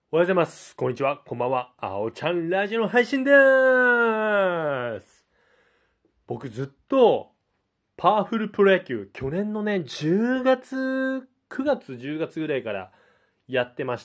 おはようございます。こんにちは。こんばんは。あおちゃんラジオの配信でーす。僕ずっとパワフルプロ野球、去年のね、10月、9月、10月ぐらいからやってまして、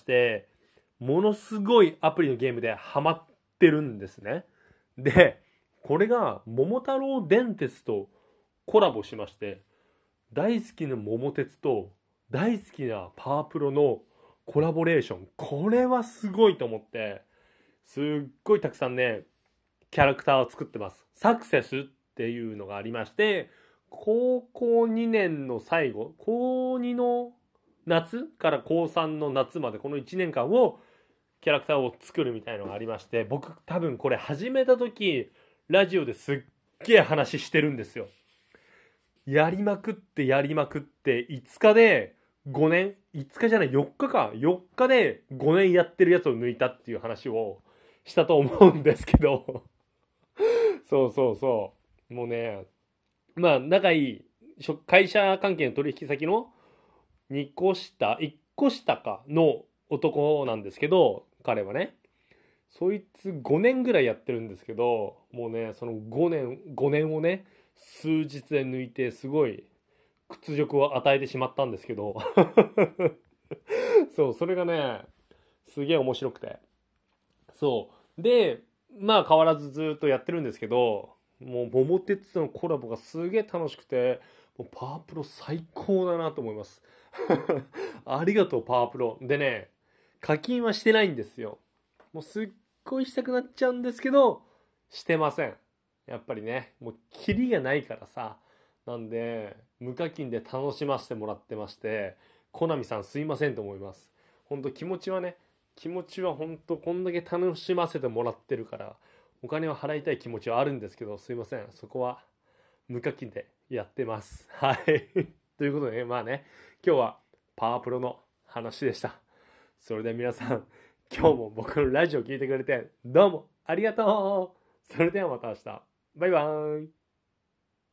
ものすごいアプリのゲームでハマってるんですね。で、これが桃太郎電鉄とコラボしまして、大好きな桃鉄と大好きなパワープロのコラボレーション。これはすごいと思って、すっごいたくさんね、キャラクターを作ってます。サクセスっていうのがありまして、高校2年の最後、高2の夏から高3の夏までこの1年間をキャラクターを作るみたいのがありまして、僕多分これ始めた時、ラジオですっげえ話してるんですよ。やりまくってやりまくって5日で5年、5日じゃない4日か、4日で5年やってるやつを抜いたっていう話をしたと思うんですけどそうそうそう。もうね、まあ仲いい会社関係の取引先の2個下、1個下かの男なんですけど、彼はね、そいつ5年ぐらいやってるんですけど、もうね、その5年をね、数日で抜いて、すごい屈辱を与えてしまったんですけどそう、それがね、すげえ面白くて。そう。で、まあ変わらずずっとやってるんですけど、もう桃鉄とのコラボがすげえ楽しくて、もうパワープロ最高だなと思いますありがとうパワープロ。でね、課金はしてないんですよ。もうすっごいしたくなっちゃうんですけど、してません。やっぱりね、もうキリがないからさ。なんで、無課金で楽しませてもらってまして、コナミさんすいませんと思います。ほんと気持ちはね、気持ちはほんとこんだけ楽しませてもらってるから、お金を払いたい気持ちはあるんですけど、すいません。そこは無課金でやってます。はい。ということでね、まあね、今日はパワープロの話でした。それでは皆さん、今日も僕のラジオを聞いてくれて、どうもありがとう。それではまた明日。バイバーイ。